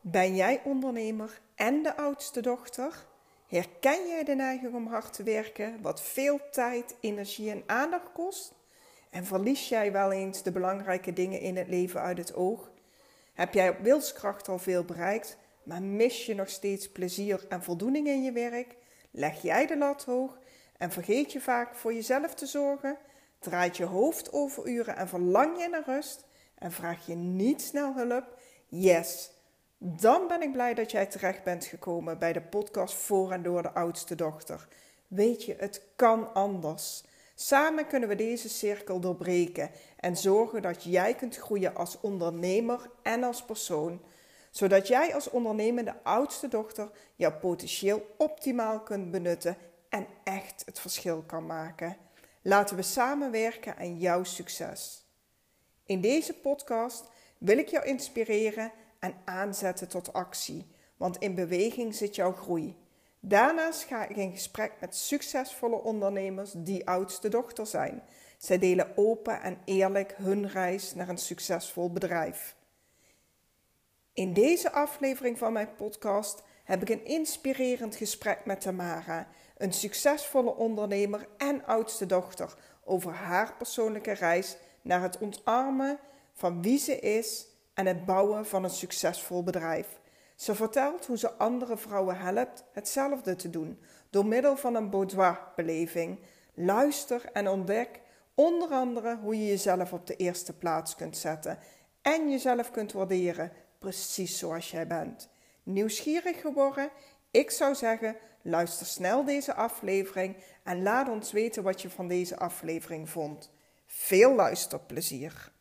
Ben jij ondernemer en de oudste dochter? Herken jij de neiging om hard te werken, wat veel tijd, energie en aandacht kost? En verlies jij wel eens de belangrijke dingen in het leven uit het oog? Heb jij op wilskracht al veel bereikt, maar mis je nog steeds plezier en voldoening in je werk? Leg jij de lat hoog en vergeet je vaak voor jezelf te zorgen? Draait je hoofd over uren en verlang je naar rust? En vraag je niet snel hulp? Yes! Dan ben ik blij dat jij terecht bent gekomen bij de podcast Voor en Door de Oudste Dochter. Weet je, het kan anders. Samen kunnen we deze cirkel doorbreken en zorgen dat jij kunt groeien als ondernemer en als persoon. Zodat jij als ondernemende oudste dochter jouw potentieel optimaal kunt benutten en echt het verschil kan maken. Laten we samenwerken aan jouw succes. In deze podcast wil ik jou inspireren en aanzetten tot actie, want in beweging zit jouw groei. Daarnaast ga ik in gesprek met succesvolle ondernemers die oudste dochter zijn. Zij delen open en eerlijk hun reis naar een succesvol bedrijf. In deze aflevering van mijn podcast heb ik een inspirerend gesprek met Tamara, een succesvolle ondernemer en oudste dochter, over haar persoonlijke reis naar het omarmen van wie ze is en het bouwen van een succesvol bedrijf. Ze vertelt hoe ze andere vrouwen helpt hetzelfde te doen door middel van een boudoir-beleving. Luister en ontdek onder andere hoe je jezelf op de eerste plaats kunt zetten en jezelf kunt waarderen, precies zoals jij bent. Nieuwsgierig geworden? Ik zou zeggen, luister snel deze aflevering en laat ons weten wat je van deze aflevering vond. Veel luisterplezier.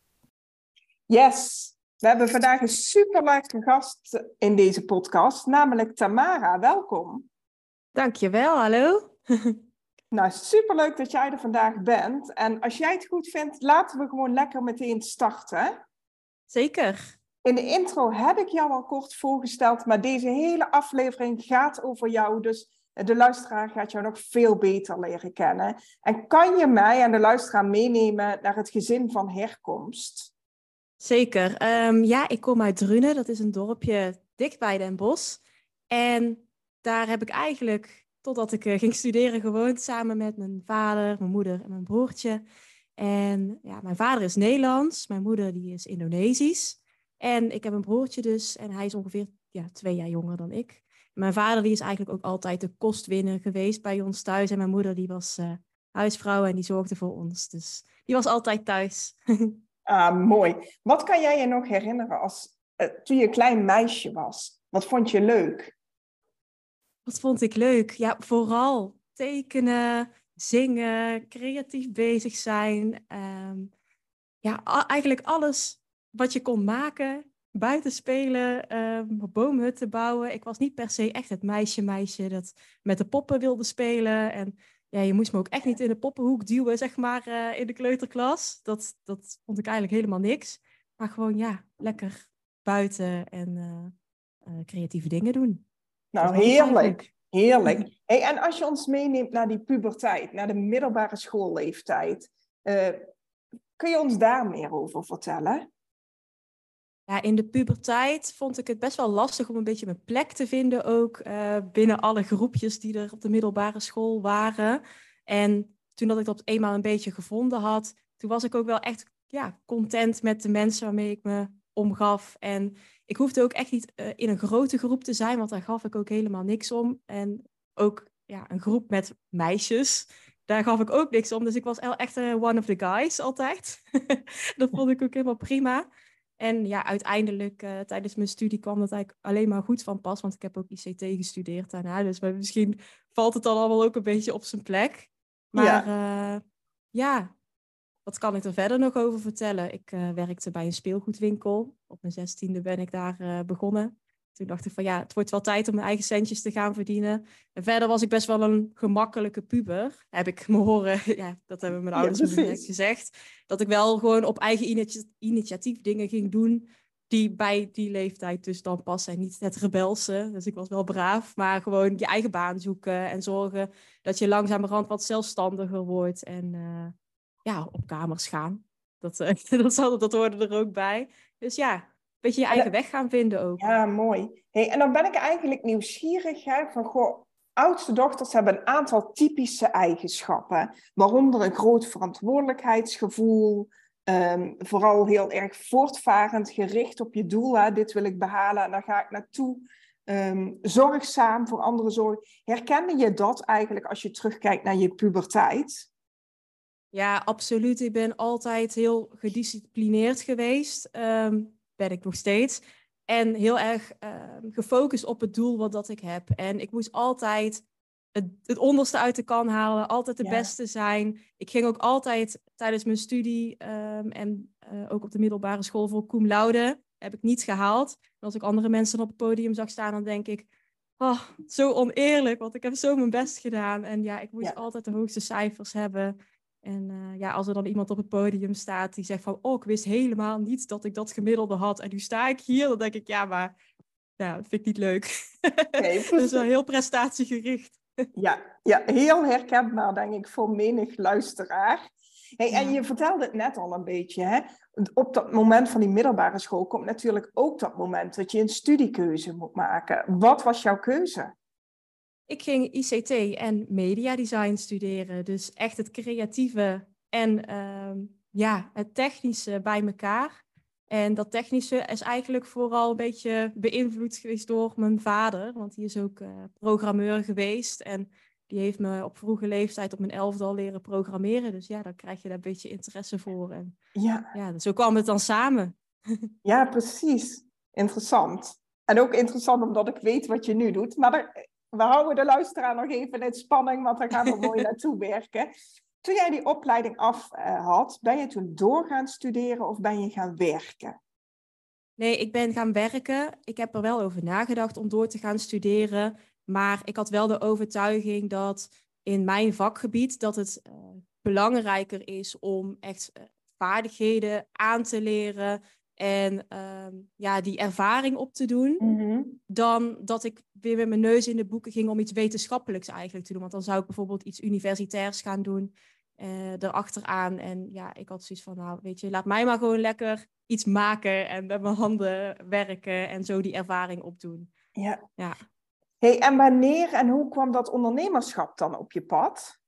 Yes, we hebben vandaag een superleuke gast in deze podcast, namelijk Tamara. Welkom. Dankjewel, hallo. Nou, superleuk dat jij er vandaag bent. En als jij het goed vindt, laten we gewoon lekker meteen starten. Zeker. In de intro heb ik jou al kort voorgesteld, maar deze hele aflevering gaat over jou. Dus de luisteraar gaat jou nog veel beter leren kennen. En kan je mij en de luisteraar meenemen naar het gezin van herkomst? Zeker. Ja, ik kom uit Drunen. Dat is een dorpje dicht bij Den Bosch. En daar heb ik eigenlijk, totdat ik ging studeren, gewoond samen met mijn vader, mijn moeder en mijn broertje. En ja, mijn vader is Nederlands, mijn moeder die is Indonesisch. En ik heb een broertje dus, en hij is ongeveer 2 jaar jonger dan ik. Mijn vader die is eigenlijk ook altijd de kostwinner geweest bij ons thuis. En mijn moeder die was huisvrouw en die zorgde voor ons. Dus die was altijd thuis. Mooi. Wat kan jij je nog herinneren toen je een klein meisje was? Wat vond je leuk? Wat vond ik leuk? Ja, vooral tekenen, zingen, creatief bezig zijn. Eigenlijk alles wat je kon maken. Buiten spelen, boomhutten bouwen. Ik was niet per se echt het meisje dat met de poppen wilde spelen. En ja, je moest me ook echt niet in de poppenhoek duwen, zeg maar, in de kleuterklas. Dat vond ik eigenlijk helemaal niks. Maar gewoon, ja, lekker buiten en creatieve dingen doen. Nou, heerlijk. Heerlijk. Hey, en als je ons meeneemt naar die puberteit, naar de middelbare schoolleeftijd, kun je ons daar meer over vertellen? Ja, in de puberteit vond ik het best wel lastig om een beetje mijn plek te vinden ook binnen alle groepjes die er op de middelbare school waren. En toen dat ik dat eenmaal een beetje gevonden had, toen was ik ook wel echt content met de mensen waarmee ik me omgaf. En ik hoefde ook echt niet in een grote groep te zijn, want daar gaf ik ook helemaal niks om. En ook een groep met meisjes, daar gaf ik ook niks om. Dus ik was echt one of the guys altijd. Dat vond ik ook helemaal prima. En ja, uiteindelijk tijdens mijn studie kwam dat eigenlijk alleen maar goed van pas. Want ik heb ook ICT gestudeerd daarna. Dus misschien valt het dan allemaal ook een beetje op zijn plek. Maar wat kan ik er verder nog over vertellen? Ik werkte bij een speelgoedwinkel. Op mijn 16e ben ik daar begonnen. Toen dacht ik van het wordt wel tijd om mijn eigen centjes te gaan verdienen. En verder was ik best wel een gemakkelijke puber. Heb ik me horen, dat hebben mijn ouders me gezegd. Dat ik wel gewoon op eigen initiatief dingen ging doen die bij die leeftijd dus dan passen. En niet het rebelse. Dus ik was wel braaf. Maar gewoon je eigen baan zoeken en zorgen dat je langzamerhand wat zelfstandiger wordt. En op kamers gaan. Dat hoorde er ook bij. Dus ja, beetje je eigen weg gaan vinden ook. Ja, mooi. Hey, en dan ben ik eigenlijk nieuwsgierig, hè, van goh, oudste dochters hebben een aantal typische eigenschappen, waaronder een groot verantwoordelijkheidsgevoel, vooral heel erg voortvarend, gericht op je doel. Hè, dit wil ik behalen en daar ga ik naartoe. Zorgzaam voor anderen zorgen. Herkende je dat eigenlijk als je terugkijkt naar je puberteit? Ja, absoluut. Ik ben altijd heel gedisciplineerd geweest. Ben ik nog steeds. En heel erg gefocust op het doel wat dat ik heb. En ik moest altijd het onderste uit de kan halen. Altijd de beste zijn. Ik ging ook altijd tijdens mijn studie en ook op de middelbare school voor cum laude. Heb ik niet gehaald. En als ik andere mensen op het podium zag staan, dan denk ik... Oh, zo oneerlijk, want ik heb zo mijn best gedaan. En ja, ik moest altijd de hoogste cijfers hebben. En als er dan iemand op het podium staat die zegt van... oh, ik wist helemaal niet dat ik dat gemiddelde had. En nu sta ik hier, dan denk ik, ja, maar... ja, dat vind ik niet leuk. Nee, dus wel heel prestatiegericht. ja, heel herkenbaar, denk ik, voor menig luisteraar. Hey, en je vertelde het net al een beetje, hè? Op dat moment van die middelbare school komt natuurlijk ook dat moment dat je een studiekeuze moet maken. Wat was jouw keuze? Ik ging ICT en mediadesign studeren. Dus echt het creatieve en het technische bij elkaar. En dat technische is eigenlijk vooral een beetje beïnvloed geweest door mijn vader. Want die is ook programmeur geweest. En die heeft me op vroege leeftijd op mijn 11e al leren programmeren. Dus ja, dan krijg je daar een beetje interesse voor. En dus zo kwam het dan samen. Ja, precies. Interessant. En ook interessant omdat ik weet wat je nu doet. Maar we houden de luisteraar nog even in spanning, want daar gaan we mooi naartoe werken. Toen jij die opleiding af had, ben je toen door gaan studeren of ben je gaan werken? Nee, ik ben gaan werken. Ik heb er wel over nagedacht om door te gaan studeren. Maar ik had wel de overtuiging dat in mijn vakgebied dat het belangrijker is om echt vaardigheden aan te leren en die ervaring op te doen, dan dat ik weer met mijn neus in de boeken ging om iets wetenschappelijks eigenlijk te doen. Want dan zou ik bijvoorbeeld iets universitairs gaan doen erachteraan. En ja, ik had zoiets van, nou weet je, laat mij maar gewoon lekker iets maken en met mijn handen werken en zo die ervaring opdoen. Ja. Hey, en wanneer en hoe kwam dat ondernemerschap dan op je pad?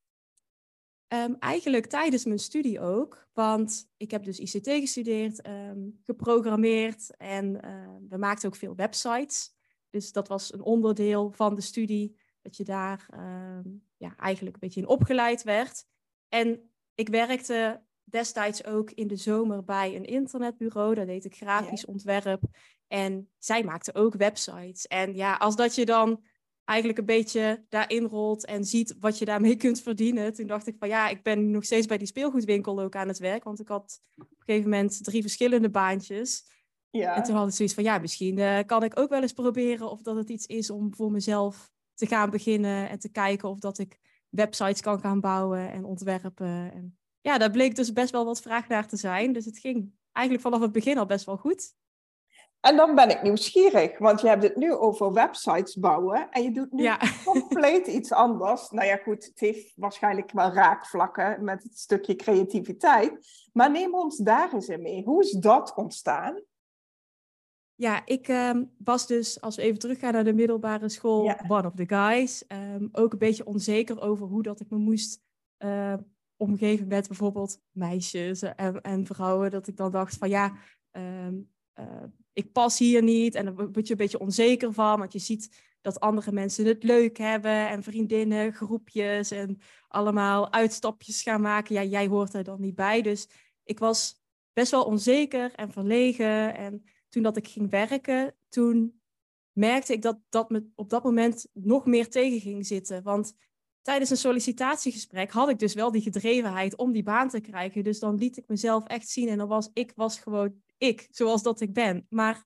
Eigenlijk tijdens mijn studie ook, want ik heb dus ICT gestudeerd, geprogrammeerd en we maakten ook veel websites. Dus dat was een onderdeel van de studie, dat je daar eigenlijk een beetje in opgeleid werd. En ik werkte destijds ook in de zomer bij een internetbureau, daar deed ik grafisch ontwerp. En zij maakten ook websites. En ja, als dat je dan eigenlijk een beetje daarin rolt en ziet wat je daarmee kunt verdienen. Toen dacht ik van ja, ik ben nog steeds bij die speelgoedwinkel ook aan het werk. Want ik had op een gegeven moment 3 verschillende baantjes. Ja. En toen had ik zoiets van ja, misschien kan ik ook wel eens proberen of dat het iets is om voor mezelf te gaan beginnen. En te kijken of dat ik websites kan gaan bouwen en ontwerpen. En ja, daar bleek dus best wel wat vraag naar te zijn. Dus het ging eigenlijk vanaf het begin al best wel goed. En dan ben ik nieuwsgierig, want je hebt het nu over websites bouwen en je doet nu compleet iets anders. Nou ja, goed, het heeft waarschijnlijk wel raakvlakken met het stukje creativiteit. Maar neem ons daar eens in mee. Hoe is dat ontstaan? Ja, ik was dus, als we even teruggaan naar de middelbare school, one of the guys. Ook een beetje onzeker over hoe dat ik me moest omgeven met bijvoorbeeld meisjes en vrouwen. Dat ik dan dacht van ja, ik pas hier niet. En daar word je een beetje onzeker van. Want je ziet dat andere mensen het leuk hebben. En vriendinnen, groepjes en allemaal uitstapjes gaan maken. Ja, jij hoort er dan niet bij. Dus ik was best wel onzeker en verlegen. En toen dat ik ging werken, toen merkte ik dat me op dat moment nog meer tegen ging zitten. Want tijdens een sollicitatiegesprek had ik dus wel die gedrevenheid om die baan te krijgen. Dus dan liet ik mezelf echt zien en dan was gewoon ik, zoals dat ik ben. Maar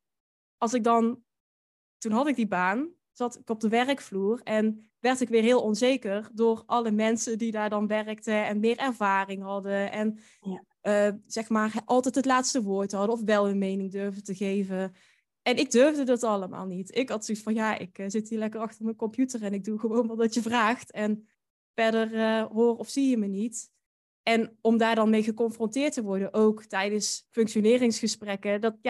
toen had ik die baan, zat ik op de werkvloer en werd ik weer heel onzeker door alle mensen die daar dan werkten en meer ervaring hadden en zeg maar altijd het laatste woord hadden of wel hun mening durfden te geven. En ik durfde dat allemaal niet. Ik had zoiets van, ja, ik zit hier lekker achter mijn computer en ik doe gewoon wat je vraagt. En verder hoor of zie je me niet. En om daar dan mee geconfronteerd te worden, ook tijdens functioneringsgesprekken,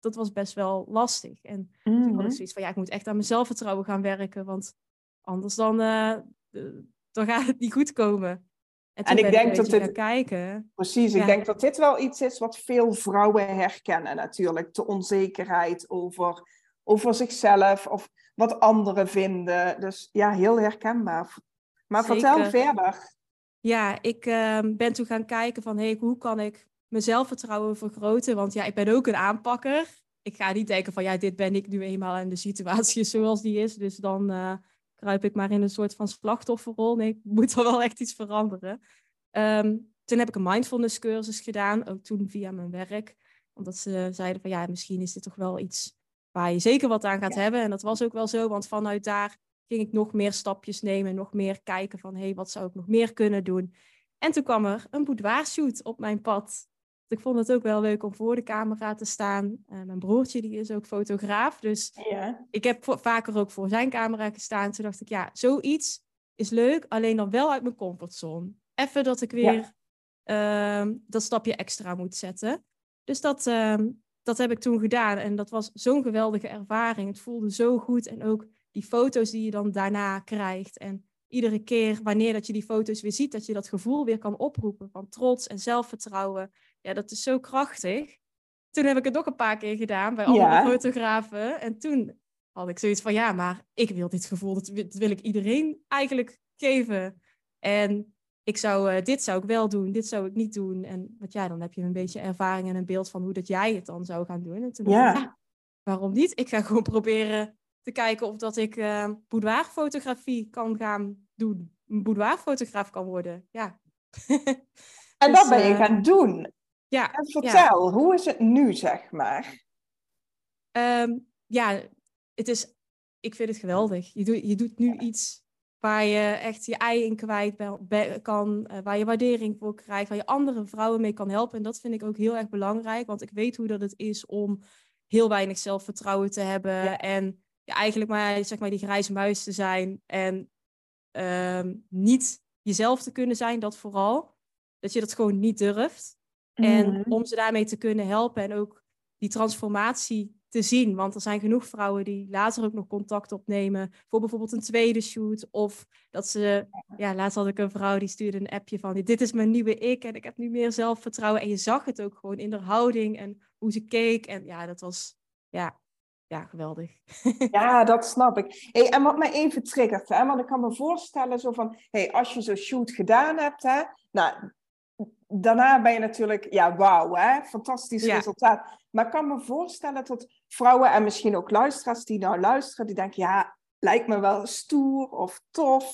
dat was best wel lastig. En toen had ik zoiets van, ja, ik moet echt aan mijn zelfvertrouwen gaan werken, want anders dan gaat het niet goed komen. En toen ben ik een beetje gaan kijken. Precies, ik denk dat dit wel iets is wat veel vrouwen herkennen natuurlijk. De onzekerheid over zichzelf of wat anderen vinden. Dus ja, heel herkenbaar. Maar Zeker. Vertel verder. Ja, ik ben toen gaan kijken van, hoe kan ik mijn zelfvertrouwen vergroten? Want ja, ik ben ook een aanpakker. Ik ga niet denken van, ja, dit ben ik nu eenmaal en de situatie is zoals die is. Dus dan kruip ik maar in een soort van slachtofferrol. Nee, ik moet er wel echt iets veranderen. Toen heb ik een mindfulness cursus gedaan, ook toen via mijn werk. Omdat ze zeiden van, ja, misschien is dit toch wel iets waar je zeker wat aan gaat hebben. En dat was ook wel zo, want vanuit daar ging ik nog meer stapjes nemen, nog meer kijken van, wat zou ik nog meer kunnen doen? En toen kwam er een boudoirshoot op mijn pad. Ik vond het ook wel leuk om voor de camera te staan. Mijn broertje, die is ook fotograaf, dus ik heb vaker ook voor zijn camera gestaan. Toen dacht ik, ja, zoiets is leuk, alleen dan wel uit mijn comfortzone. Even dat ik weer dat stapje extra moet zetten. Dus dat heb ik toen gedaan en dat was zo'n geweldige ervaring. Het voelde zo goed en ook die foto's die je dan daarna krijgt. En iedere keer wanneer dat je die foto's weer ziet, dat je dat gevoel weer kan oproepen van trots en zelfvertrouwen. Ja, dat is zo krachtig. Toen heb ik het nog een paar keer gedaan bij andere fotografen. En toen had ik zoiets van, ja, maar ik wil dit gevoel, dat wil ik iedereen eigenlijk geven. En dit zou ik wel doen, dit zou ik niet doen. En dan heb je een beetje ervaring en een beeld van hoe dat jij het dan zou gaan doen. En toen dacht ik, waarom niet? Ik ga gewoon proberen te kijken of dat ik boudoirfotografie kan gaan doen. Een boudoirfotograaf kan worden, ja. En dat ben je gaan doen. Ja. En vertel, hoe is het nu, zeg maar? Ik vind het geweldig. Je doet nu iets waar je echt je ei in kwijt kan, waar je waardering voor krijgt, waar je andere vrouwen mee kan helpen. En dat vind ik ook heel erg belangrijk, want ik weet hoe dat het is om heel weinig zelfvertrouwen te hebben en eigenlijk maar, zeg maar, die grijze muis te zijn en niet jezelf te kunnen zijn, dat vooral. Dat je dat gewoon niet durft. En om ze daarmee te kunnen helpen en ook die transformatie te zien. Want er zijn genoeg vrouwen die later ook nog contact opnemen voor bijvoorbeeld een tweede shoot. Of dat ze, laatst had ik een vrouw die stuurde een appje van, dit is mijn nieuwe ik en ik heb nu meer zelfvertrouwen. En je zag het ook gewoon in haar houding en hoe ze keek. En ja, dat was, geweldig. Ja, dat snap ik. Hey, en wat mij even triggert, hè, want ik kan me voorstellen zo van, als je zo'n shoot gedaan hebt, hè, nou, daarna ben je natuurlijk, wauw, hè, fantastisch resultaat. Maar ik kan me voorstellen dat vrouwen en misschien ook luisteraars die nou luisteren, die denken, lijkt me wel stoer of tof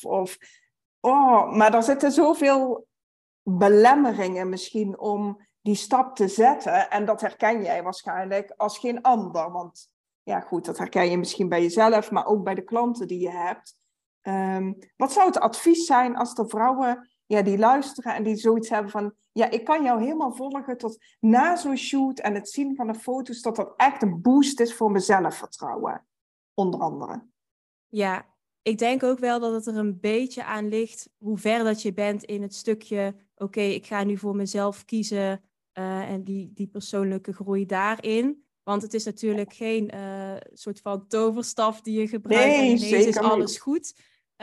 maar er zitten zoveel belemmeringen misschien om die stap te zetten. En dat herken jij waarschijnlijk als geen ander, want ja, goed, dat herken je misschien bij jezelf, maar ook bij de klanten die je hebt. Wat zou het advies zijn als er vrouwen die luisteren en die zoiets hebben van, ik kan jou helemaal volgen tot na zo'n shoot en het zien van de foto's, dat echt een boost is voor mijn zelfvertrouwen, onder andere. Ja, ik denk ook wel dat het er een beetje aan ligt hoe ver dat je bent in het stukje, oké, ik ga nu voor mezelf kiezen en die persoonlijke groei daarin. Want het is natuurlijk geen soort van toverstaf die je gebruikt en ineens is alles goed.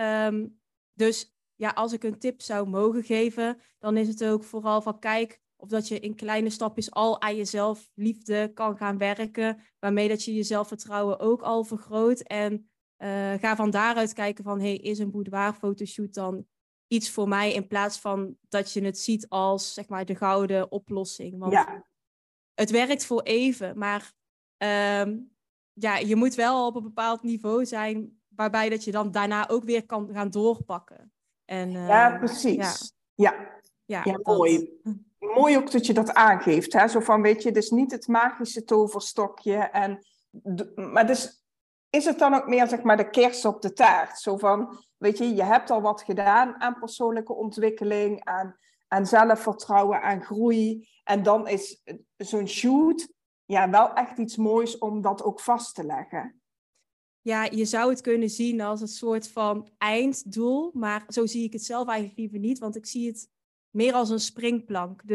Dus als ik een tip zou mogen geven, dan is het ook vooral van kijk of dat je in kleine stapjes al aan je zelfliefde kan gaan werken, waarmee dat je je zelfvertrouwen ook al vergroot. En ga van daaruit kijken van, is een boudoir-fotoshoot dan iets voor mij in plaats van dat je het ziet als, zeg maar, de gouden oplossing. Want het werkt voor even, maar je moet wel op een bepaald niveau zijn waarbij dat je dan daarna ook weer kan gaan doorpakken. En, precies. Ja, mooi. Mooi ook dat je dat aangeeft. Hè? Zo van, weet je, het is niet het magische toverstokje. Maar dus is het dan ook meer, zeg maar, de kers op de taart? Zo van, weet je hebt al wat gedaan aan persoonlijke ontwikkeling, aan zelfvertrouwen, aan groei. En dan is zo'n shoot wel echt iets moois om dat ook vast te leggen. Ja, je zou het kunnen zien als een soort van einddoel, maar zo zie ik het zelf eigenlijk liever niet, want ik zie het meer als een springplank. Dus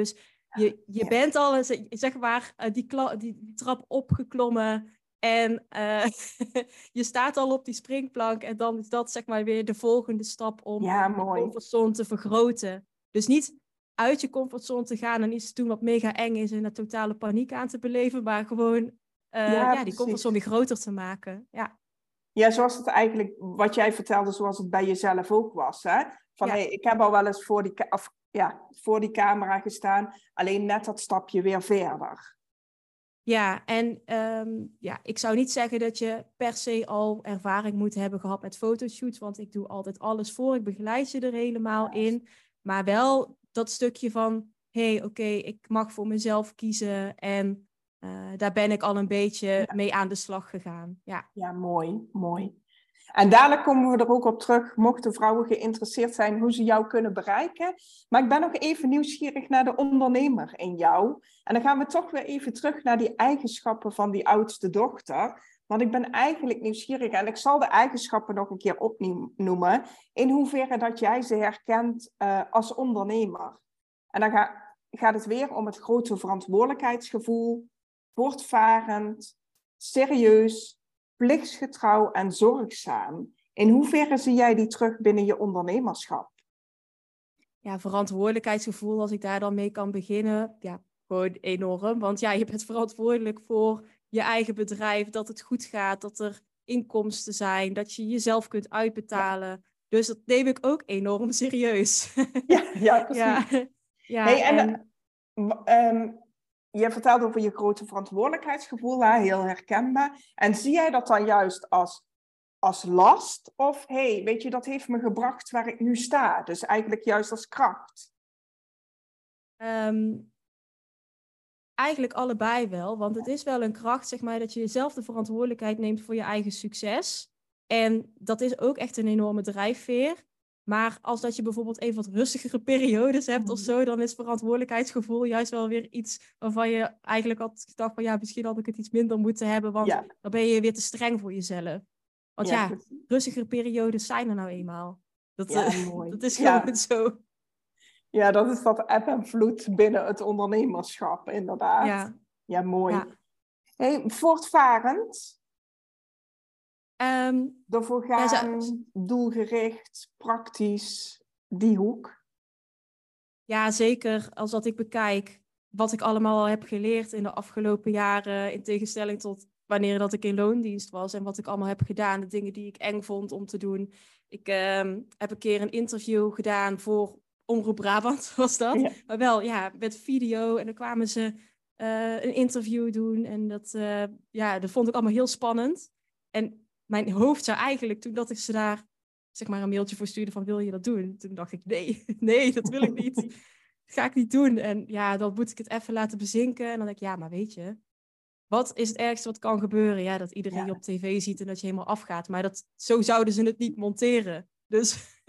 Je bent al eens, zeg maar, die trap opgeklommen en je staat al op die springplank en dan is dat zeg maar weer de volgende stap om die mooi. comfortzone te vergroten. Dus niet uit je comfortzone te gaan en iets te doen wat mega eng is en een totale paniek aan te beleven, maar gewoon die comfortzone weer groter te maken. Ja, zoals het eigenlijk, wat jij vertelde, zoals het bij jezelf ook was. Hè? Van, hey, ik heb al wel eens voor die camera gestaan, alleen net dat stapje weer verder. Ja, en ik zou niet zeggen dat je per se al ervaring moet hebben gehad met fotoshoots, want ik doe altijd alles voor. Ik begeleid je er helemaal in. Maar wel dat stukje van, oké, ik mag voor mezelf kiezen en daar ben ik al een beetje mee aan de slag gegaan. Ja, mooi. En dadelijk komen we er ook op terug, mochten vrouwen geïnteresseerd zijn, hoe ze jou kunnen bereiken. Maar ik ben nog even nieuwsgierig naar de ondernemer in jou. En dan gaan we toch weer even terug naar die eigenschappen van die oudste dochter. Want ik ben eigenlijk nieuwsgierig en ik zal de eigenschappen nog een keer opnoemen. In hoeverre dat jij ze herkent als ondernemer. En dan gaat het weer om het grote verantwoordelijkheidsgevoel, voortvarend, serieus, plichtsgetrouw en zorgzaam. In hoeverre zie jij die terug binnen je ondernemerschap? Ja, verantwoordelijkheidsgevoel, als ik daar dan mee kan beginnen, gewoon enorm. Want je bent verantwoordelijk voor je eigen bedrijf, dat het goed gaat, dat er inkomsten zijn, dat je jezelf kunt uitbetalen. Ja. Dus dat neem ik ook enorm serieus. Ja, precies. Je vertelt over je grote verantwoordelijkheidsgevoel, heel herkenbaar. En zie jij dat dan juist als last? Of weet je, dat heeft me gebracht waar ik nu sta. Dus eigenlijk juist als kracht. Eigenlijk allebei wel. Want het is wel een kracht, zeg maar, dat je zelf de verantwoordelijkheid neemt voor je eigen succes. En dat is ook echt een enorme drijfveer. Maar als dat je bijvoorbeeld even wat rustigere periodes hebt of zo, dan is verantwoordelijkheidsgevoel juist wel weer iets waarvan je eigenlijk had gedacht van misschien had ik het iets minder moeten hebben, want dan ben je weer te streng voor jezelf. Want rustigere periodes zijn er nou eenmaal. Dat is gewoon zo. Ja, dat is dat eb en vloed binnen het ondernemerschap, inderdaad. Ja, mooi. Ja. Voortvarend? Ervoor gaan, doelgericht, praktisch, die hoek? Ja, zeker als dat ik bekijk wat ik allemaal al heb geleerd in de afgelopen jaren, in tegenstelling tot wanneer dat ik in loondienst was en wat ik allemaal heb gedaan, de dingen die ik eng vond om te doen. Ik heb een keer een interview gedaan voor Omroep Brabant, was dat. Ja. Maar wel, met video en dan kwamen ze een interview doen en dat vond ik allemaal heel spannend. En mijn hoofd zou eigenlijk, toen dat ik ze daar zeg maar een mailtje voor stuurde van wil je dat doen? Toen dacht ik nee, dat wil ik niet. Dat ga ik niet doen. En dan moet ik het even laten bezinken. En dan denk ik, maar weet je, wat is het ergste wat kan gebeuren? Ja, dat iedereen je op tv ziet en dat je helemaal afgaat. Maar zo zouden ze het niet monteren. Dus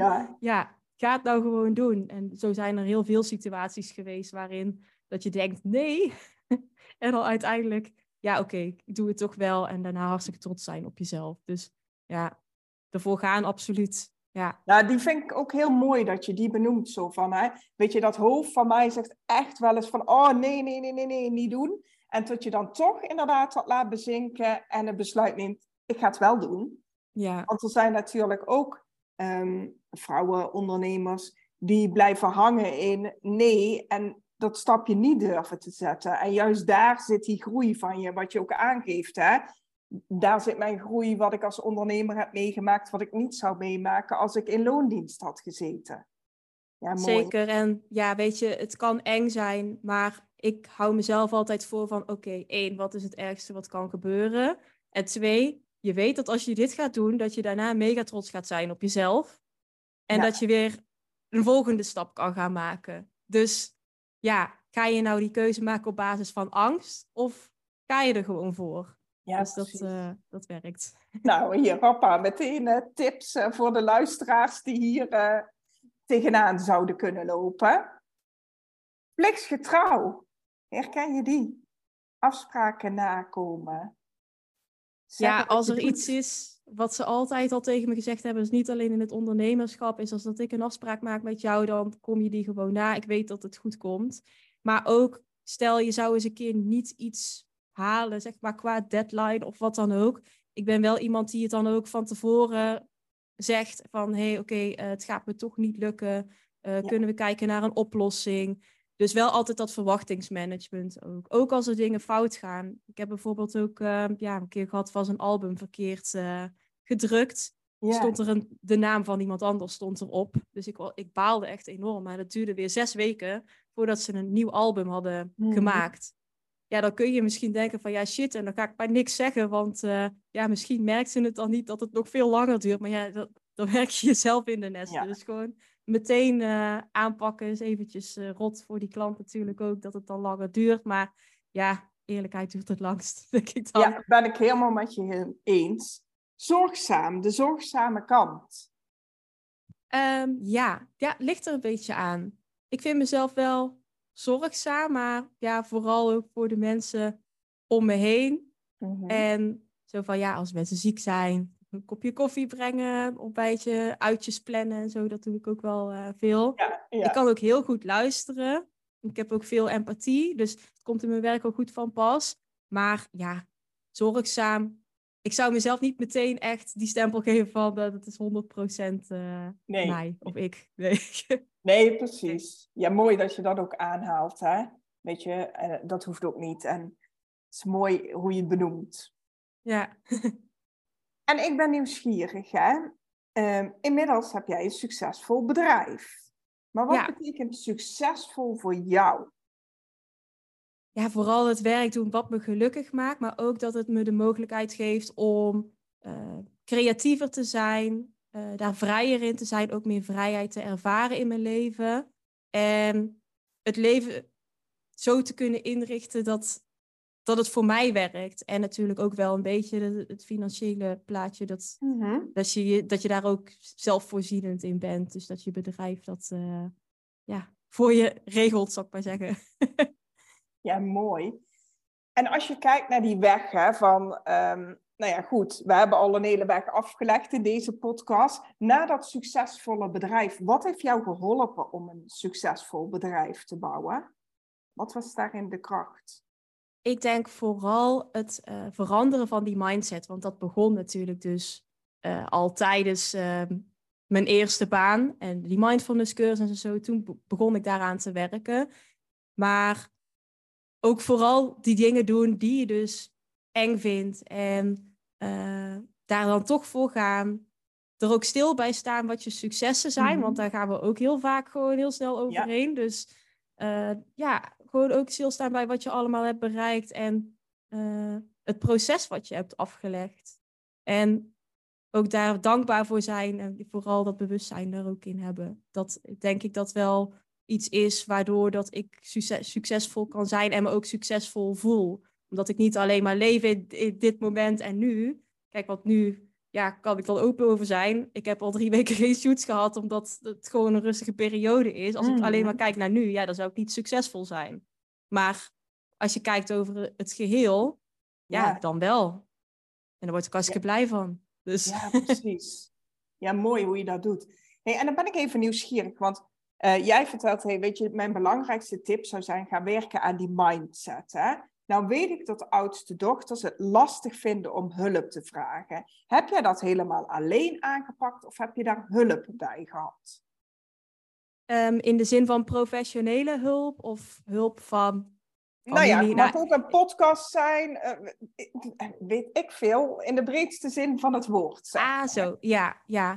ga het nou gewoon doen. En zo zijn er heel veel situaties geweest waarin dat je denkt nee. En dan uiteindelijk oké, ik doe het toch wel. En daarna hartstikke trots zijn op jezelf. Dus ervoor gaan, absoluut. Ja, die vind ik ook heel mooi dat je die benoemt. Zo van, weet je, dat hoofd van mij zegt echt wel eens van, oh nee, niet doen. En tot je dan toch inderdaad dat laat bezinken en het besluit neemt, ik ga het wel doen. Ja. Want er zijn natuurlijk ook vrouwen, ondernemers, die blijven hangen in nee en dat stapje niet durven te zetten. En juist daar zit die groei van je, wat je ook aangeeft, hè. Daar zit mijn groei, wat ik als ondernemer heb meegemaakt, wat ik niet zou meemaken als ik in loondienst had gezeten. Ja, mooi. Zeker. En weet je, het kan eng zijn, maar ik hou mezelf altijd voor van, oké, 1, wat is het ergste wat kan gebeuren? En 2, je weet dat als je dit gaat doen, dat je daarna mega trots gaat zijn op jezelf. En dat je weer een volgende stap kan gaan maken. Dus ga je nou die keuze maken op basis van angst? Of ga je er gewoon voor? Ja, dus dat werkt. Nou, hier, hoppa, meteen tips voor de luisteraars die hier tegenaan zouden kunnen lopen. Plichtsgetrouw. Herken je die? Afspraken nakomen. Als er iets is wat ze altijd al tegen me gezegd hebben, is niet alleen in het ondernemerschap, is als dat ik een afspraak maak met jou, dan kom je die gewoon na. Ik weet dat het goed komt. Maar ook, stel je zou eens een keer niet iets halen, zeg maar qua deadline of wat dan ook. Ik ben wel iemand die het dan ook van tevoren zegt van, oké, het gaat me toch niet lukken. Kunnen we kijken naar een oplossing? Dus wel altijd dat verwachtingsmanagement ook. Ook als er dingen fout gaan. Ik heb bijvoorbeeld ook een keer gehad, was een album verkeerd gedrukt. Ja. Stond er de naam van iemand anders stond erop. Dus ik baalde echt enorm. Maar dat duurde weer 6 weken voordat ze een nieuw album hadden gemaakt. Ja, dan kun je misschien denken van ja, shit, en dan ga ik maar niks zeggen. Want misschien merkt ze het dan niet dat het nog veel langer duurt. Maar ja, dan werk je jezelf in de nest. Ja. Dus gewoon meteen aanpakken is eventjes rot voor die klant natuurlijk ook, dat het dan langer duurt. Maar ja, eerlijkheid duurt het langst, denk ik dan. Ja, ben ik helemaal met je eens. Zorgzaam, de zorgzame kant. Ja, ligt er een beetje aan. Ik vind mezelf wel zorgzaam, maar ja, vooral ook voor de mensen om me heen. En zo van ja, als mensen ziek zijn, een kopje koffie brengen, een ontbijtje, uitjes plannen en zo, dat doe ik ook wel veel. Ja. Ik kan ook heel goed luisteren. Ik heb ook veel empathie, dus het komt in mijn werk ook goed van pas. Maar ja, zorgzaam. Ik zou mezelf niet meteen echt die stempel geven van dat is 100% mij of ik. Nee, precies. Ja, mooi dat je dat ook aanhaalt, hè. Weet je, dat hoeft ook niet. En het is mooi hoe je het benoemt. Ja. En ik ben nieuwsgierig, hè. Inmiddels heb jij een succesvol bedrijf. Maar wat betekent succesvol voor jou? Ja, vooral het werk doen wat me gelukkig maakt, maar ook dat het me de mogelijkheid geeft om creatiever te zijn, daar vrijer in te zijn, ook meer vrijheid te ervaren in mijn leven. En het leven zo te kunnen inrichten dat het voor mij werkt. En natuurlijk ook wel een beetje het financiële plaatje, dat je daar ook zelfvoorzienend in bent. Dus dat je bedrijf dat voor je regelt, zou ik maar zeggen. Ja, mooi. En als je kijkt naar die weg, hè, van, nou ja, goed, we hebben al een hele weg afgelegd in deze podcast. Na dat succesvolle bedrijf, wat heeft jou geholpen om een succesvol bedrijf te bouwen? Wat was daarin de kracht? Ik denk vooral het veranderen van die mindset. Want dat begon natuurlijk dus al tijdens mijn eerste baan. En die mindfulness cursus en zo. Toen begon ik daaraan te werken. Maar ook vooral die dingen doen die je dus eng vindt. En daar dan toch voor gaan. Er ook stil bij staan wat je successen zijn. Want daar gaan we ook heel vaak gewoon heel snel overheen. Ja. Dus gewoon ook stilstaan bij wat je allemaal hebt bereikt. En het proces wat je hebt afgelegd. En ook daar dankbaar voor zijn. En vooral dat bewustzijn er ook in hebben. Dat denk ik dat wel iets is waardoor dat ik succesvol kan zijn. En me ook succesvol voel. Omdat ik niet alleen maar leef in dit moment en nu. Kijk, want nu kan ik wel open over zijn. Ik heb al 3 weken geen shoots gehad, omdat het gewoon een rustige periode is. Als ik alleen maar kijk naar nu, dan zou ik niet succesvol zijn. Maar als je kijkt over het geheel, dan wel. En daar word ik hartstikke blij van. Dus. Ja, precies. Ja, mooi hoe je dat doet. Hey, en dan ben ik even nieuwsgierig, want jij vertelt, weet je, mijn belangrijkste tip zou zijn, gaan werken aan die mindset, hè? Nou weet ik dat de oudste dochters het lastig vinden om hulp te vragen. Heb jij dat helemaal alleen aangepakt of heb je daar hulp bij gehad? In de zin van professionele hulp of hulp van familie? Nou ja, het mag ook een podcast zijn, weet ik veel, in de breedste zin van het woord. Zeg. Zo, ja.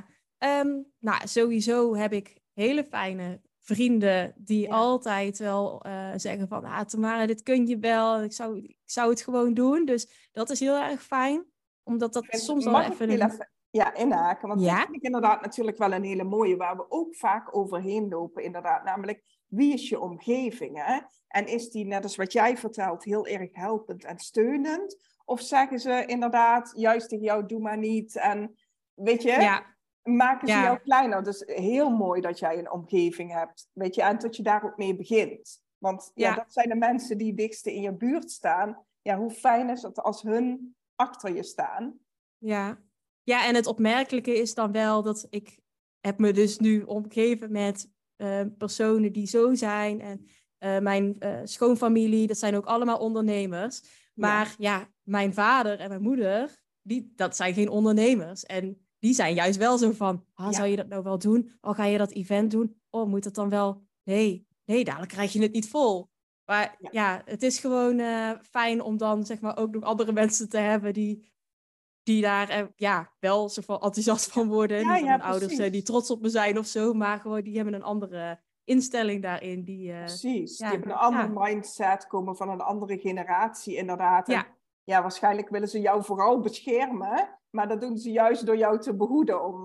Sowieso heb ik hele fijne vrienden die altijd wel zeggen van, Tamara, dit kun je wel. Ik zou het gewoon doen. Dus dat is heel erg fijn. Omdat dat soms dan even... inhaken. Want dat vind ik inderdaad natuurlijk wel een hele mooie, waar we ook vaak overheen lopen, inderdaad. Namelijk, wie is je omgeving, hè? En is die, net als wat jij vertelt, heel erg helpend en steunend? Of zeggen ze inderdaad, juist tegen jou, doe maar niet. En weet je, maken ze jou kleiner. Dus heel mooi dat jij een omgeving hebt. Weet je, en dat je daar ook mee begint. Want dat zijn de mensen die dichtste in je buurt staan. Ja, hoe fijn is het als hun achter je staan? Ja, en het opmerkelijke is dan wel dat ik heb me dus nu omgeven met personen die zo zijn. En Mijn schoonfamilie, dat zijn ook allemaal ondernemers. Maar mijn vader en mijn moeder, dat zijn geen ondernemers. En die zijn juist wel zo van, zou je dat nou wel doen? Ga je dat event doen? Moet dat dan wel? Nee, dadelijk krijg je het niet vol. Maar het is gewoon fijn om dan zeg maar ook nog andere mensen te hebben die daar wel zo van enthousiast van worden. Niet van mijn ouders die trots op me zijn of zo, maar gewoon die hebben een andere instelling daarin. Precies, die hebben een andere mindset, komen van een andere generatie inderdaad. En waarschijnlijk willen ze jou vooral beschermen, maar dat doen ze juist door jou te behoeden om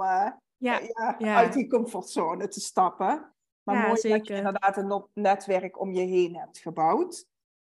uit die comfortzone te stappen. Maar mooi zeker. Dat je inderdaad een netwerk om je heen hebt gebouwd.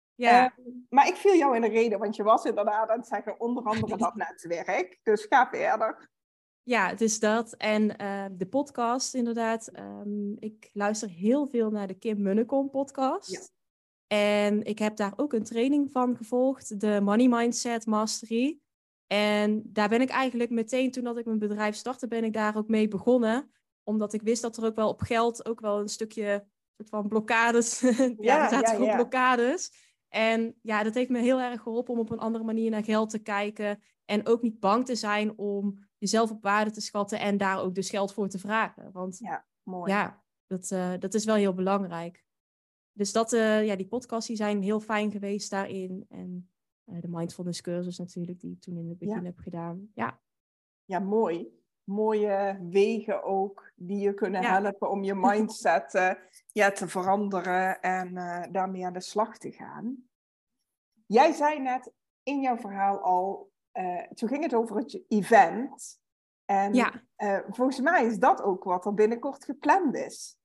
Maar ik viel jou in de reden, want je was inderdaad aan het zeggen, onder andere dat netwerk. Dus ga verder. Ja, het is dat. En de podcast inderdaad. Ik luister heel veel naar de Kim Munnekom podcast. Ja. En ik heb daar ook een training van gevolgd, de Money Mindset Mastery. En daar ben ik eigenlijk meteen, toen dat ik mijn bedrijf startte, ben ik daar ook mee begonnen. Omdat ik wist dat er ook wel op geld ook wel een stukje soort van blokkades, er zaten ook blokkades. En dat heeft me heel erg geholpen om op een andere manier naar geld te kijken. En ook niet bang te zijn om jezelf op waarde te schatten en daar ook dus geld voor te vragen. Want mooi. Dat is wel heel belangrijk. Dus die podcasts die zijn heel fijn geweest daarin. En de mindfulness cursus natuurlijk, die ik toen in het begin heb gedaan. Ja, mooi. Mooie wegen ook, die je kunnen helpen om je mindset te veranderen en daarmee aan de slag te gaan. Jij zei net in jouw verhaal al, toen ging het over het event. En volgens mij is dat ook wat er binnenkort gepland is.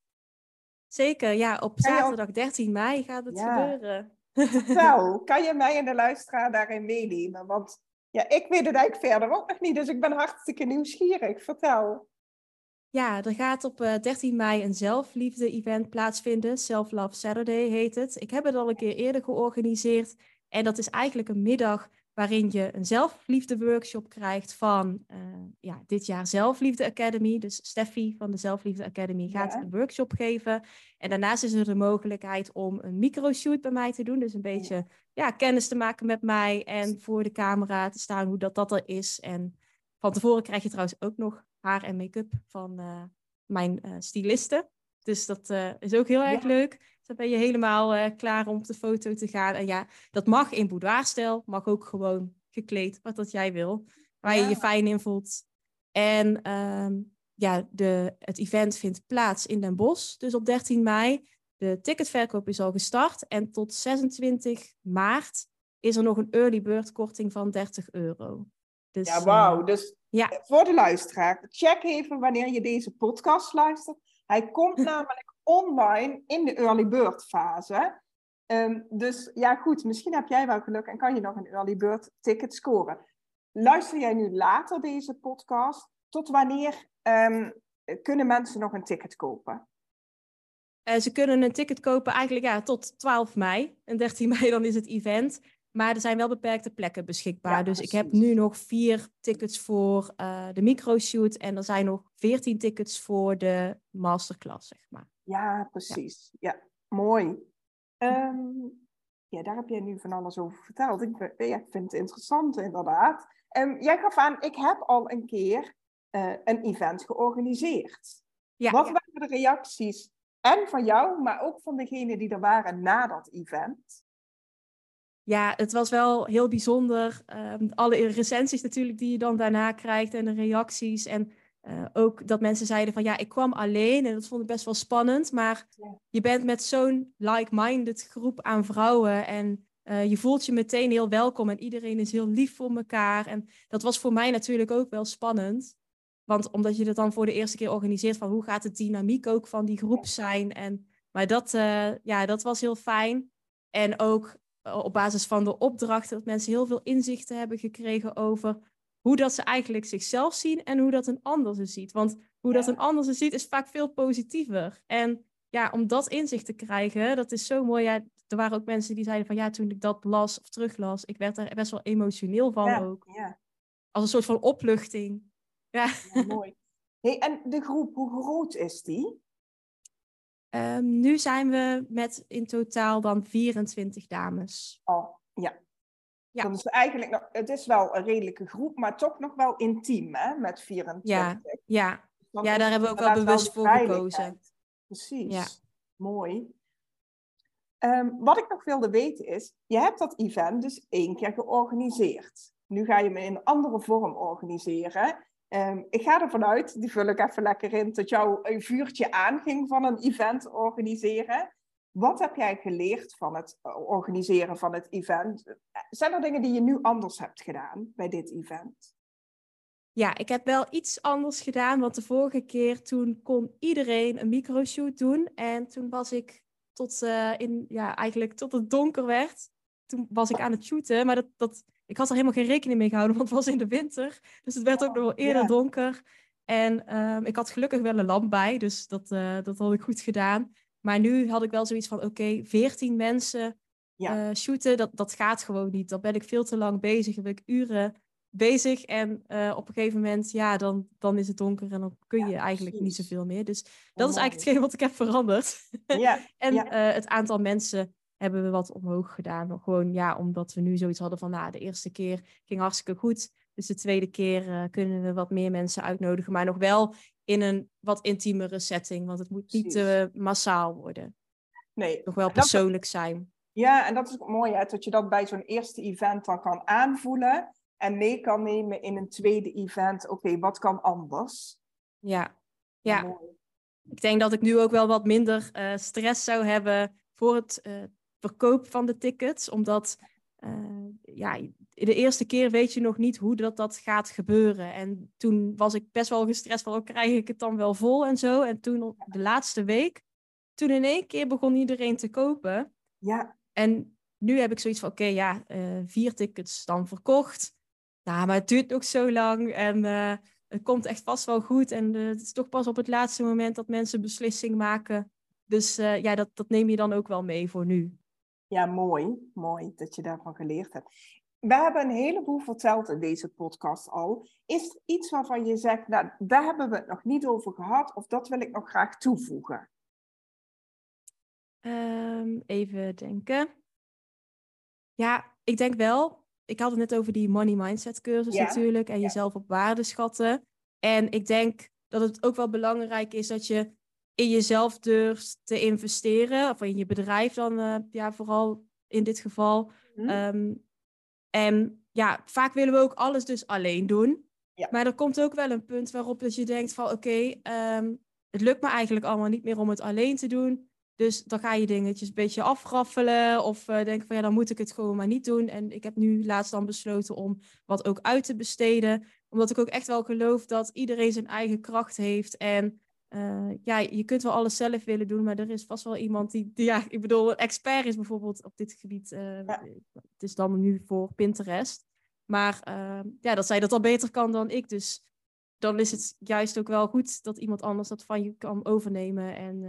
Zeker, op zaterdag 13 mei gaat het gebeuren. Vertel, kan je mij en de luisteraar daarin meenemen? Want ik weet het eigenlijk verder ook nog niet, dus ik ben hartstikke nieuwsgierig. Vertel. Ja, er gaat op 13 mei een zelfliefde-event plaatsvinden. Self-Love Saturday heet het. Ik heb het al een keer eerder georganiseerd. En dat is eigenlijk een middag waarin je een zelfliefde-workshop krijgt van dit jaar Zelfliefde Academy. Dus Steffi van de Zelfliefde Academy gaat een workshop geven. En daarnaast is er de mogelijkheid om een microshoot bij mij te doen. Dus een beetje kennis te maken met mij en voor de camera te staan hoe dat er is. En van tevoren krijg je trouwens ook nog haar en make-up van mijn styliste. Dus dat is ook heel erg leuk. Dus dan ben je helemaal klaar om op de foto te gaan. En dat mag in boudoirstijl. Mag ook gewoon gekleed, wat dat jij wil. Waar je je fijn in voelt. En het event vindt plaats in Den Bosch. Dus op 13 mei. De ticketverkoop is al gestart. En tot 26 maart is er nog een early bird korting van €30. Dus, wauw. Dus voor de luisteraar, check even wanneer je deze podcast luistert. Hij komt namelijk online in de early bird fase. Dus goed, misschien heb jij wel geluk en kan je nog een early bird ticket scoren. Luister jij nu later deze podcast? Tot wanneer kunnen mensen nog een ticket kopen? Ze kunnen een ticket kopen eigenlijk tot 12 mei. En 13 mei dan is het event. Maar er zijn wel beperkte plekken beschikbaar. Dus ik heb nu nog 4 tickets voor de microshoot. En er zijn nog 14 tickets voor de masterclass, zeg maar. Ja, precies. Ja, mooi. Daar heb jij nu van alles over verteld. Ik vind het interessant, inderdaad. Jij gaf aan, ik heb al een keer een event georganiseerd. Wat waren de reacties? En van jou, maar ook van degenen die er waren na dat event? Ja, het was wel heel bijzonder. Alle recensies natuurlijk die je dan daarna krijgt en de reacties. En ook dat mensen zeiden van ik kwam alleen en dat vond ik best wel spannend. Maar je bent met zo'n like-minded groep aan vrouwen en je voelt je meteen heel welkom en iedereen is heel lief voor elkaar. En dat was voor mij natuurlijk ook wel spannend. Want omdat je dat dan voor de eerste keer organiseert van hoe gaat de dynamiek ook van die groep zijn. Maar dat was heel fijn. En ook op basis van de opdrachten dat mensen heel veel inzichten hebben gekregen over hoe dat ze eigenlijk zichzelf zien en hoe dat een ander ze ziet. Want hoe dat een ander ze ziet is vaak veel positiever. En om dat inzicht te krijgen, dat is zo mooi. Ja, er waren ook mensen die zeiden van toen ik dat las of teruglas, ik werd er best wel emotioneel van ook. Ja. Als een soort van opluchting. Ja, mooi. Hey, en de groep, hoe groot is die? Nu zijn we met in totaal dan 24 dames. Oh, ja. Ja. Dan is het eigenlijk nog, het is wel een redelijke groep, maar toch nog wel intiem, hè, met 24. Ja. Dan Ja, is daar het hebben we ook wel inderdaad bewust de voor veiligheid. gekozen. Precies. Ja. Mooi. Wat ik nog wilde weten is, je hebt dat event dus 1 keer georganiseerd. Nu ga je hem in een andere vorm organiseren. Ik ga ervan uit, die vul ik even lekker in, dat jou een vuurtje aanging van een event organiseren. Wat heb jij geleerd van het organiseren van het event? Zijn er dingen die je nu anders hebt gedaan bij dit event? Ja, ik heb wel iets anders gedaan, want de vorige keer toen kon iedereen een microshoot doen. En toen was ik eigenlijk tot het donker werd. Toen was ik aan het shooten, maar ik had er helemaal geen rekening mee gehouden, want het was in de winter. Dus het werd ook nog wel eerder donker. En ik had gelukkig wel een lamp bij, dus dat had ik goed gedaan. Maar nu had ik wel zoiets van, oké, 14 mensen shooten, dat gaat gewoon niet. Dan ben ik veel te lang bezig, dan ben ik uren bezig. En op een gegeven moment, dan is het donker en dan kun je eigenlijk niet zoveel meer. Dus dat is eigenlijk hetgeen wat ik heb veranderd. En het aantal mensen hebben we wat omhoog gedaan. Gewoon omdat we nu zoiets hadden van, de eerste keer ging hartstikke goed. Dus de tweede keer kunnen we wat meer mensen uitnodigen. Maar nog wel in een wat intiemere setting. Want het moet niet te massaal worden. Nee. Nog wel persoonlijk zijn. Ja, en dat is ook mooi, hè, dat je dat bij zo'n eerste event dan kan aanvoelen. En mee kan nemen in een tweede event. Oké, wat kan anders? Ja. Mooi. Ik denk dat ik nu ook wel wat minder stress zou hebben voor het verkoop van de tickets. Omdat de eerste keer weet je nog niet hoe dat gaat gebeuren. En toen was ik best wel gestrest van, krijg ik het dan wel vol en zo. En toen de laatste week, toen in één keer begon iedereen te kopen. Ja. En nu heb ik zoiets van, 4 tickets dan verkocht. Nou, maar het duurt nog zo lang en het komt echt vast wel goed. En het is toch pas op het laatste moment dat mensen beslissing maken. Dus dat neem je dan ook wel mee voor nu. Ja, mooi. Mooi dat je daarvan geleerd hebt. We hebben een heleboel verteld in deze podcast al. Is er iets waarvan je zegt, nou, daar hebben we het nog niet over gehad, of dat wil ik nog graag toevoegen? Even denken. Ja, ik denk wel. Ik had het net over die money mindset cursus natuurlijk. En jezelf op waarde schatten. En ik denk dat het ook wel belangrijk is dat je in jezelf durft te investeren. Of in je bedrijf dan, vooral in dit geval. En vaak willen we ook alles dus alleen doen. Ja. Maar er komt ook wel een punt waarop dat je denkt van het lukt me eigenlijk allemaal niet meer om het alleen te doen. Dus dan ga je dingetjes een beetje afraffelen of denken van dan moet ik het gewoon maar niet doen. En ik heb nu laatst dan besloten om wat ook uit te besteden. Omdat ik ook echt wel geloof dat iedereen zijn eigen kracht heeft. En je kunt wel alles zelf willen doen, maar er is vast wel iemand die ik bedoel, een expert is bijvoorbeeld op dit gebied. Het is dan nu voor Pinterest. Maar dat zij dat al beter kan dan ik. Dus dan is het juist ook wel goed dat iemand anders dat van je kan overnemen. En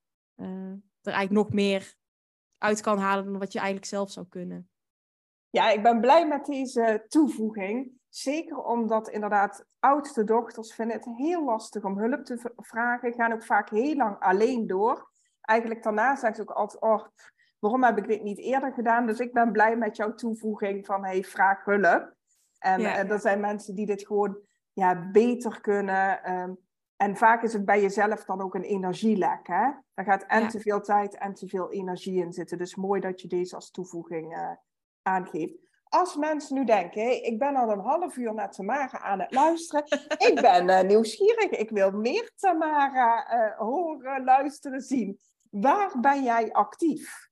er eigenlijk nog meer uit kan halen dan wat je eigenlijk zelf zou kunnen. Ja, ik ben blij met deze toevoeging. Zeker omdat inderdaad oudste dochters vinden het heel lastig om hulp te vragen. Gaan ook vaak heel lang alleen door. Eigenlijk daarna zeggen ze ook altijd, waarom heb ik dit niet eerder gedaan? Dus ik ben blij met jouw toevoeging van, vraag hulp. En er zijn mensen die dit gewoon beter kunnen. En vaak is het bij jezelf dan ook een energielek. Hè? Daar gaat te veel tijd en te veel energie in zitten. Dus mooi dat je deze als toevoeging aangeeft. Als mensen nu denken, ik ben al een half uur naar Tamara aan het luisteren. Ik ben nieuwsgierig. Ik wil meer Tamara horen, luisteren, zien. Waar ben jij actief?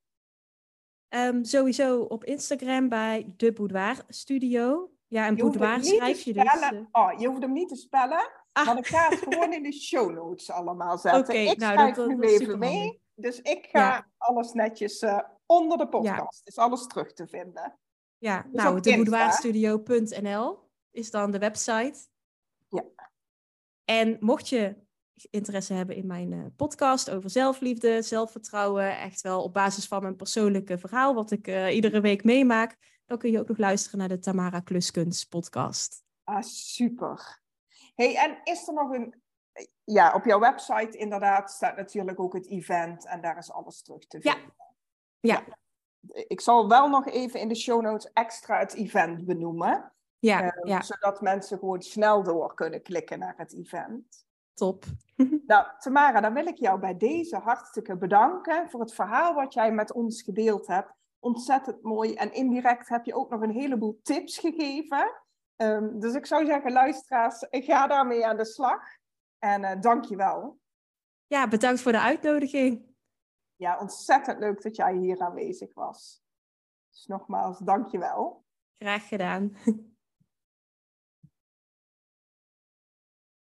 Sowieso op Instagram bij De Boudoir Studio. Ja, en boudoir schrijf je dus. Je hoeft hem niet te spellen. Want ik ga het gewoon in de show notes allemaal zetten. Ik schrijf nu even mee. Dus ik ga alles netjes onder de podcast. Is alles terug te vinden. Ja, dus deboudoirstudio.nl is dan de website. Ja. En mocht je interesse hebben in mijn podcast over zelfliefde, zelfvertrouwen, echt wel op basis van mijn persoonlijke verhaal, wat ik iedere week meemaak, dan kun je ook nog luisteren naar de Tamara Kluskens podcast. Ah, super. Hey, en is er nog ja, op jouw website inderdaad staat natuurlijk ook het event en daar is alles terug te vinden. Ja. Ik zal wel nog even in de show notes extra het event benoemen. Ja. Zodat mensen gewoon snel door kunnen klikken naar het event. Top. Nou, Tamara, dan wil ik jou bij deze hartstikke bedanken voor het verhaal wat jij met ons gedeeld hebt. Ontzettend mooi. En indirect heb je ook nog een heleboel tips gegeven. Dus ik zou zeggen, luisteraars, ga daarmee aan de slag. En dank je wel. Ja, bedankt voor de uitnodiging. Ja, ontzettend leuk dat jij hier aanwezig was. Dus nogmaals, dank je wel. Graag gedaan.